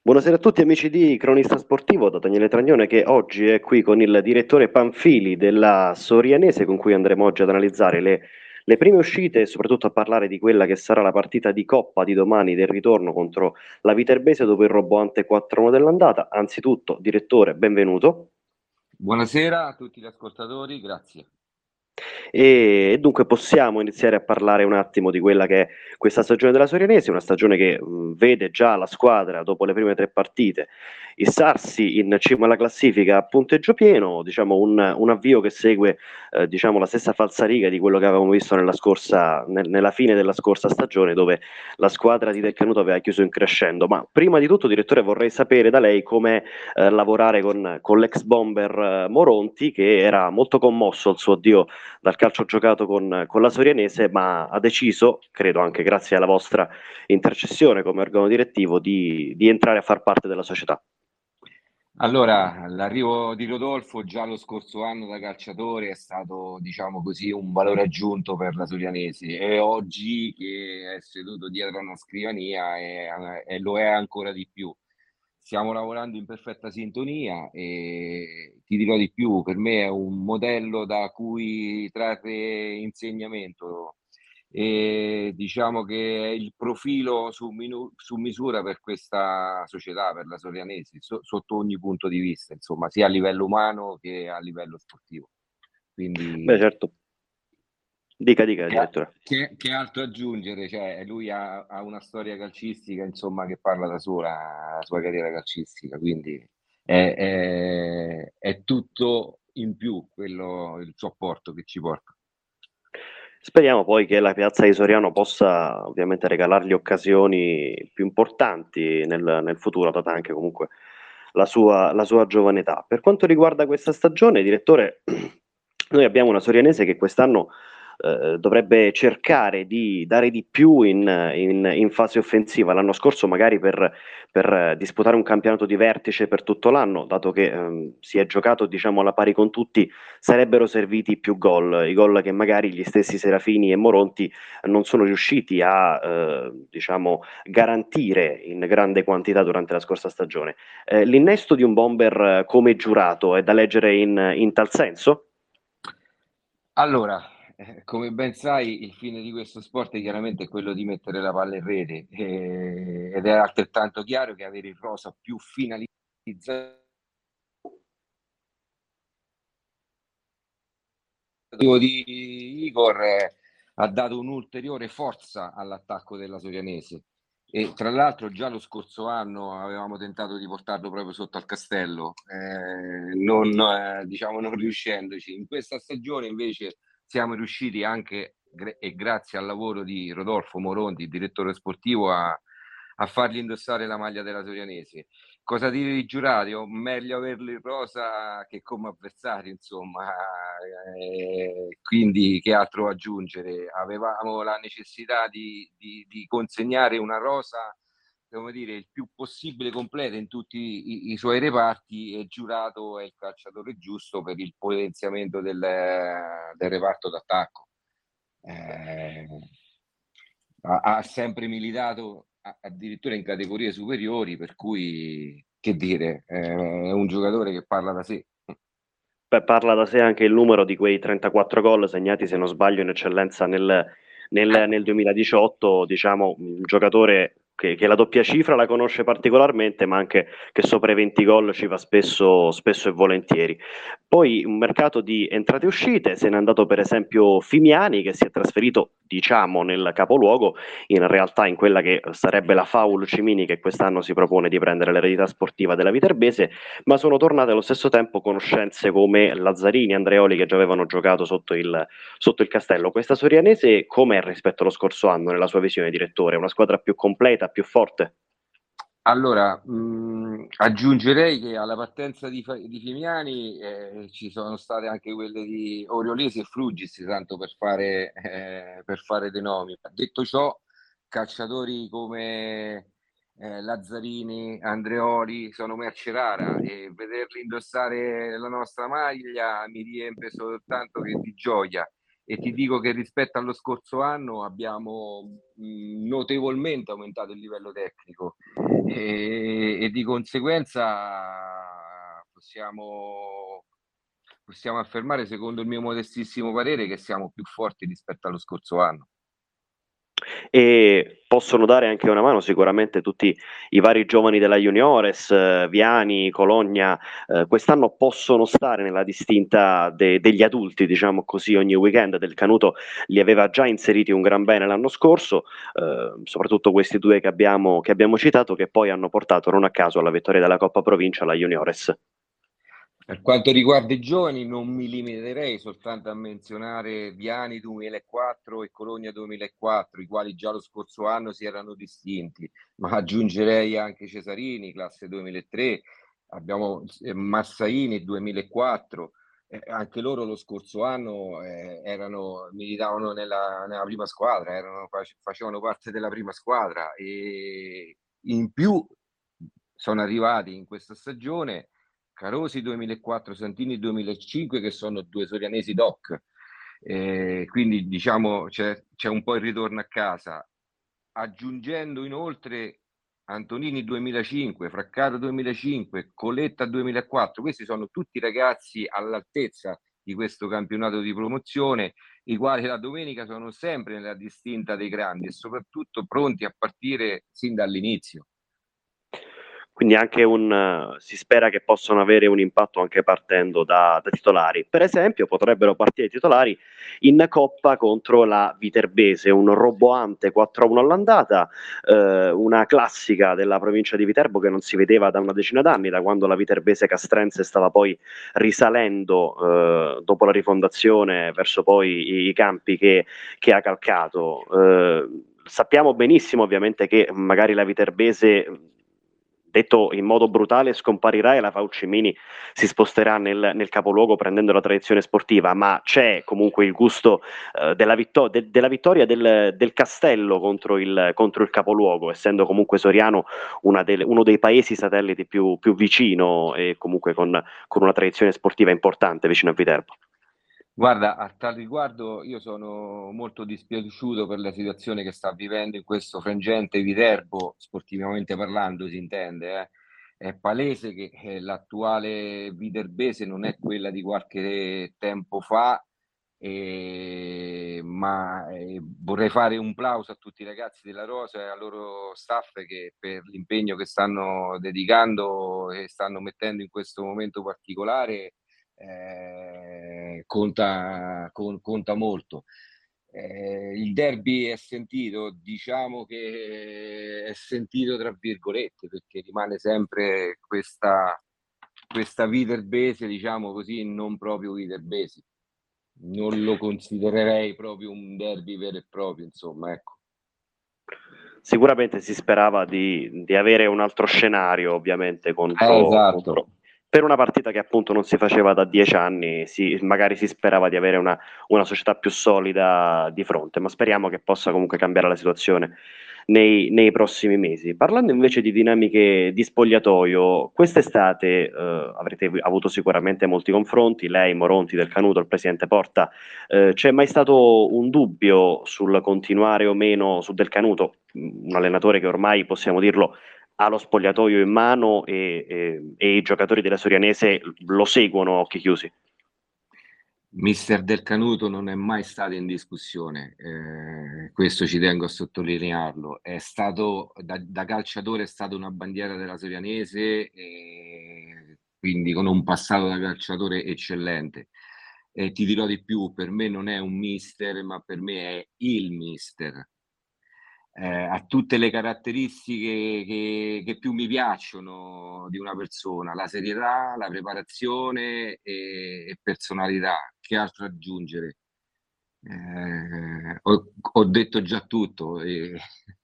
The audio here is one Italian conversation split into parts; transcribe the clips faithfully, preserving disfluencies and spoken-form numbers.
Buonasera a tutti amici di Cronista Sportivo, da Daniele Tragnone che oggi è qui con il direttore Panfili della Sorianese con cui andremo oggi ad analizzare le, le prime uscite e soprattutto a parlare di quella che sarà la partita di Coppa di domani del ritorno contro la Viterbese dopo il roboante quattro uno dell'andata. Anzitutto, direttore, benvenuto. Buonasera a tutti gli ascoltatori, grazie. E dunque possiamo iniziare a parlare un attimo di quella che è questa stagione della Sorianese, una stagione che mh, vede già la squadra dopo le prime tre partite issarsi in cima alla classifica a punteggio pieno, diciamo un, un avvio che segue eh, diciamo la stessa falsariga di quello che avevamo visto nella, scorsa, nel- nella fine della scorsa stagione dove la squadra di Del Canuto aveva chiuso in crescendo. Ma prima di tutto, direttore, vorrei sapere da lei com'è eh, lavorare con, con l'ex bomber eh, Moronti, che era molto commosso al suo addio dal calcio giocato con, con la Sorianese, ma ha deciso, credo anche grazie alla vostra intercessione come organo direttivo, di, di entrare a far parte della società. Allora, l'arrivo di Rodolfo già lo scorso anno da calciatore è stato, diciamo così, un valore aggiunto per la Sorianesi e oggi che è seduto dietro a una scrivania è- e lo è ancora di più. Stiamo lavorando in perfetta sintonia e ti dirò di più, per me è un modello da cui trarre insegnamento. E diciamo che è il profilo su, minu- su misura per questa società, per la Sorianesi, so- sotto ogni punto di vista, insomma, sia a livello umano che a livello sportivo. Beh, Quindi, certo, dica, dica, che, direttore. che- che altro aggiungere? Cioè, lui ha, ha una storia calcistica, insomma, che parla da sola, la sua carriera calcistica, quindi è, è- è tutto in più quello, il suo apporto che ci porta. Speriamo poi che la piazza di Soriano possa ovviamente regalargli occasioni più importanti nel, nel futuro, data anche comunque la sua, la sua giovane età. Per quanto riguarda questa stagione, direttore, noi abbiamo una Sorianese che quest'anno eh, dovrebbe cercare di dare di più in, in- in fase offensiva. L'anno scorso, magari per, per, eh, disputare un campionato di vertice per tutto l'anno, dato che ehm, si è giocato diciamo alla pari con tutti, sarebbero serviti più gol, i gol che magari gli stessi Serafini e Moronti non sono riusciti a eh, diciamo, garantire in grande quantità durante la scorsa stagione. Eh, l'innesto di un bomber eh, come Giurato è da leggere in, in tal senso? Allora, eh, come ben sai, il fine di questo sport è chiaramente quello di mettere la palla in rete eh, ed è altrettanto chiaro che avere il rosa più finalizzato di Igor eh, ha dato un'ulteriore forza all'attacco della Sorianese. E tra l'altro già lo scorso anno avevamo tentato di portarlo proprio sotto al castello, eh, non, eh, diciamo, non riuscendoci. In questa stagione invece siamo riusciti anche, gre- e grazie al lavoro di Rodolfo Moronti, il direttore sportivo, a, a fargli indossare la maglia della Sorianese. Cosa dire di giurati? O meglio averlo in rosa che come avversario, insomma. Eh, quindi che altro aggiungere? Avevamo la necessità di, di- di consegnare una rosa, come dire, il più possibile completa in tutti i, i suoi reparti e Giurato è il calciatore giusto per il potenziamento del, del reparto d'attacco. Eh, ha, ha sempre militato a- addirittura in categorie superiori, per cui che dire, eh, è un giocatore che parla da sé. Beh, parla da sé anche il numero di quei trentaquattro gol segnati, se non sbaglio, in eccellenza nel, nel- nel duemiladiciotto, diciamo, un giocatore che, che la doppia cifra la conosce particolarmente, ma anche che sopra i venti gol ci va spesso, spesso e volentieri. Poi un mercato di entrate e uscite, se n'è andato per esempio Fimiani, che si è trasferito, diciamo, nel capoluogo, in realtà in quella che sarebbe la Faul Cimini, che quest'anno si propone di prendere l'eredità sportiva della Viterbese, ma sono tornate allo stesso tempo conoscenze come Lazzarini e Andreoli che già avevano giocato sotto il, sotto il castello. Questa Sorianese com'è rispetto allo scorso anno nella sua visione, direttore? Una squadra più completa, più forte? Allora, mh, aggiungerei che alla partenza di, Fa- di Fimiani eh, ci sono state anche quelle di Oriolesi e Flugis, tanto per fare, eh, per fare dei nomi. Detto ciò, calciatori come eh, Lazzarini, Andreoli sono merce rara e vederli indossare la nostra maglia mi riempie soltanto che di gioia. e ti dico che rispetto allo scorso anno abbiamo mh, notevolmente aumentato il livello tecnico e, e di conseguenza possiamo, possiamo affermare, secondo il mio modestissimo parere, che siamo più forti rispetto allo scorso anno. E possono dare anche una mano sicuramente tutti i vari giovani della Juniores, eh, Viani, Cologna, eh, quest'anno possono stare nella distinta de- degli adulti, diciamo così, ogni weekend. Del Canuto li aveva già inseriti un gran bene l'anno scorso, eh, soprattutto questi due che abbiamo, che abbiamo citato, che poi hanno portato non a caso alla vittoria della Coppa Provincia alla Juniores. Per quanto riguarda i giovani, non mi limiterei soltanto a menzionare Viani duemilaquattro e Cologna duemilaquattro, i quali già lo scorso anno si erano distinti, ma aggiungerei anche Cesarini, classe duemilatré, abbiamo eh, Massaini duemilaquattro, eh, anche loro lo scorso anno eh, erano, militavano nella, nella prima squadra, erano, facevano parte della prima squadra e in più sono arrivati in questa stagione Carosi duemilaquattro, Santini duemilacinque, che sono due sorianesi doc. Eh, quindi diciamo c'è, c'è un po' il ritorno a casa, aggiungendo inoltre Antonini duemilacinque, Fraccaro duemilacinque, Coletta duemilaquattro. Questi sono tutti ragazzi all'altezza di questo campionato di promozione, i quali la domenica sono sempre nella distinta dei grandi e soprattutto pronti a partire sin dall'inizio. Quindi anche un, uh, si spera che possano avere un impatto anche partendo da, da titolari. Per esempio, potrebbero partire titolari in Coppa contro la Viterbese, un roboante quattro a uno all'andata, eh, una classica della provincia di Viterbo che non si vedeva da una decina d'anni, da quando la Viterbese Castrense stava poi risalendo eh, dopo la rifondazione verso poi i, i campi che, che ha calcato. Eh, sappiamo benissimo ovviamente che magari la Viterbese, detto in modo brutale, scomparirà e la Faucimini si sposterà nel, nel capoluogo prendendo la tradizione sportiva, ma c'è comunque il gusto eh, della, vittor- de- della vittoria del, del Castello contro il, contro il capoluogo, essendo comunque Soriano una delle, uno dei paesi satelliti più, più vicino e comunque con, con una tradizione sportiva importante vicino a Viterbo. Guarda, a tal riguardo io sono molto dispiaciuto per la situazione che sta vivendo in questo frangente Viterbo, sportivamente parlando, si intende. eh. È palese che eh, l'attuale viterbese non è quella di qualche tempo fa, eh, ma eh, vorrei fare un plauso a tutti i ragazzi della Rosa e al loro staff che per l'impegno che stanno dedicando e stanno mettendo in questo momento particolare eh, conta, con, conta molto. Eh, il derby è sentito, diciamo che è sentito tra virgolette, perché rimane sempre questa, questa viterbese, diciamo così, non proprio viterbesi. Non lo considererei proprio un derby vero e proprio, insomma, ecco. Sicuramente si sperava di, di avere un altro scenario, ovviamente, Eh, contro, esatto. contro- per una partita che appunto non si faceva da dieci anni, si- magari si sperava di avere una, una società più solida di fronte, ma speriamo che possa comunque cambiare la situazione nei, nei prossimi mesi. Parlando invece di dinamiche di spogliatoio, quest'estate eh, avrete avuto sicuramente molti confronti, lei, Moronti, Del Canuto, il presidente Porta. Eh, c'è mai stato un dubbio sul continuare o meno su Del Canuto, un allenatore che ormai possiamo dirlo ha lo spogliatoio in mano e, e- e i giocatori della Sorianese lo seguono a occhi chiusi? Mister Del Canuto non è mai stato in discussione, eh, questo ci tengo a sottolinearlo. È stato da, da calciatore è stato una bandiera della Sorianese, eh, quindi con un passato da calciatore eccellente. E ti dirò di più, per me non è un mister, ma per me è il mister. Eh, ha tutte le caratteristiche che, che più mi piacciono di una persona, la serietà, la preparazione e, e personalità. Che altro aggiungere? Eh, ho, ho detto già tutto. eh,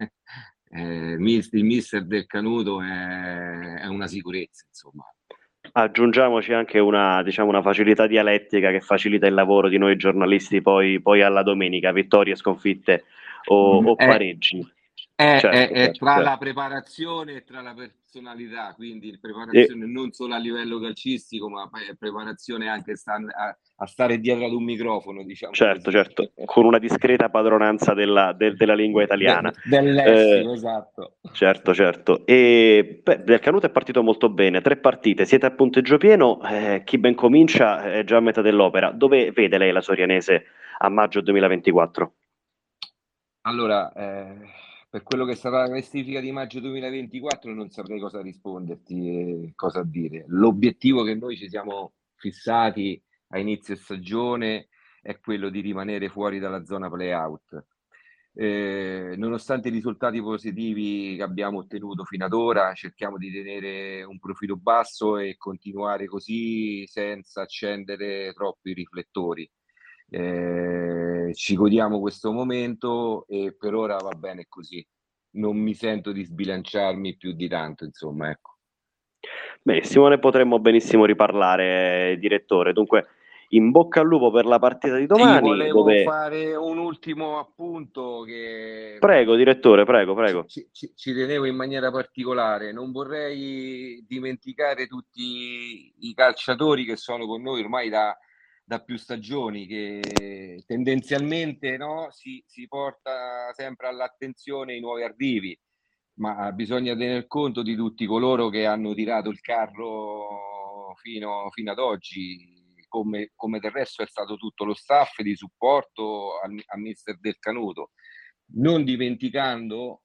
eh, mis- il mister Del Canuto è, è una sicurezza, insomma. Aggiungiamoci anche una, diciamo, una facilità dialettica che facilita il lavoro di noi giornalisti poi, poi alla domenica, vittorie, sconfitte o, Mm, o È, pareggi. È, Certo, è- è certo, tra certo. la preparazione e tra la personalità, quindi E preparazione non solo a livello calcistico, ma poi preparazione anche stan- a, a stare dietro ad un microfono, diciamo certo, così. certo, con una discreta padronanza della, del- della lingua italiana. De- del Eh, lessico, esatto. certo, certo. E beh, Del Canuto è partito molto bene, tre partite, siete a punteggio pieno, eh, chi ben comincia è già a metà dell'opera. Dove vede lei la Sorianese a maggio duemilaventiquattro? Allora, eh, per quello che sarà la classifica di maggio duemilaventiquattro non saprei cosa risponderti e cosa dire. L'obiettivo che noi ci siamo fissati a inizio stagione è quello di rimanere fuori dalla zona play-out. Eh, nonostante i risultati positivi che abbiamo ottenuto fino ad ora, cerchiamo di tenere un profilo basso e continuare così senza accendere troppi riflettori. Eh, ci godiamo questo momento e per ora va bene così. Non mi sento di sbilanciarmi più di tanto, insomma, ecco. Benissimo, ne potremmo benissimo riparlare, direttore. Dunque, in bocca al lupo per la partita di Sì, domani, volevo dove... fare un ultimo appunto che Prego, direttore, prego, ci, prego. ci- ci- ci tenevo in maniera particolare. Non vorrei dimenticare tutti i calciatori che sono con noi ormai da, da più stagioni, che tendenzialmente no, si, si porta sempre all'attenzione i nuovi arrivi, ma bisogna tener conto di tutti coloro che hanno tirato il carro fino, fino ad oggi. Come, come del resto è stato tutto lo staff di supporto al, a mister Del Canuto, non dimenticando,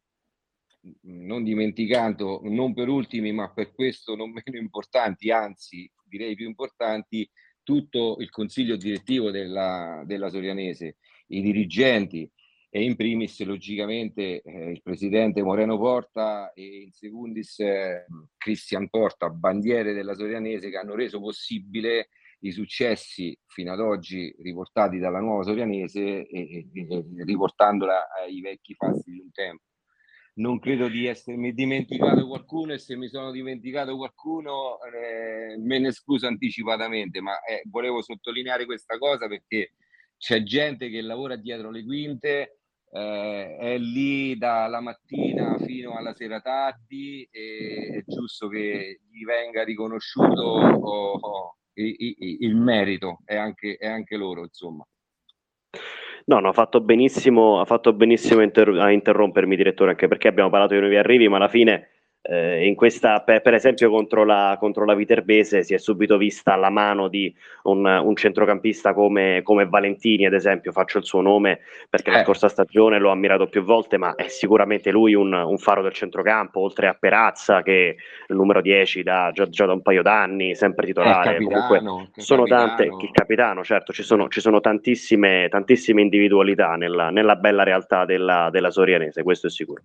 non dimenticando, non per ultimi, ma per questo non meno importanti, anzi direi più importanti, tutto il consiglio direttivo della, della Sorianese, i dirigenti e in primis logicamente eh, il presidente Moreno Porta e in secundis eh, Cristian Porta, bandiere della Sorianese, che hanno reso possibile i successi fino ad oggi riportati dalla nuova Sorianese e, e, e riportandola ai vecchi fasti di un tempo. Non credo di essermi dimenticato qualcuno e se mi sono dimenticato qualcuno eh, me ne scuso anticipatamente, ma eh, volevo sottolineare questa cosa perché c'è gente che lavora dietro le quinte, eh, è lì dalla mattina fino alla sera tardi e è giusto che gli venga riconosciuto oh, oh, il, il, il merito, è anche, è anche loro, insomma. No, no, ha fatto benissimo, ha fatto benissimo inter- a interrompermi, direttore, anche perché abbiamo parlato di nuovi arrivi, ma alla fine, eh, in questa, per, per esempio, contro la, contro la Viterbese si è subito vista la mano di un, un centrocampista come, come Valentini, ad esempio, faccio il suo nome perché la Eh, scorsa stagione l'ho ammirato più volte, ma è sicuramente lui un, un faro del centrocampo, oltre a Perazza, che è il numero dieci da, già, già da un paio d'anni, sempre è il titolare, comunque capitano, il sono tante, il capitano. capitano, certo, ci sono, ci sono tantissime, tantissime individualità nella, nella bella realtà della, della Sorianese, questo è sicuro.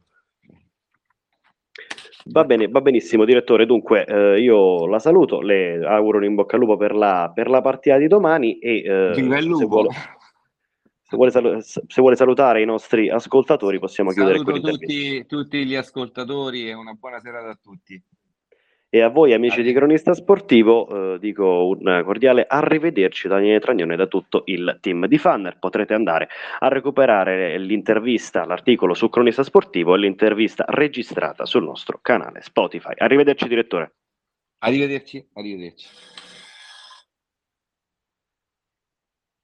Va bene, va benissimo, direttore. Dunque, eh, io la saluto, le auguro un in bocca al lupo per la, per la partita di domani e Viva il eh, se lupo! vuole, se vuole salu- se vuole salutare i nostri ascoltatori, possiamo chiudere qui Saluto l'intervista. tutti, tutti gli ascoltatori e una buona serata a tutti. E a voi, amici di Arri- Cronista Sportivo, eh, dico un cordiale arrivederci da Daniele Tragnone e da tutto il team di Fanner. Potrete andare a recuperare l'intervista, l'articolo su Cronista Sportivo e l'intervista registrata sul nostro canale Spotify. Arrivederci, direttore. Arrivederci, arrivederci.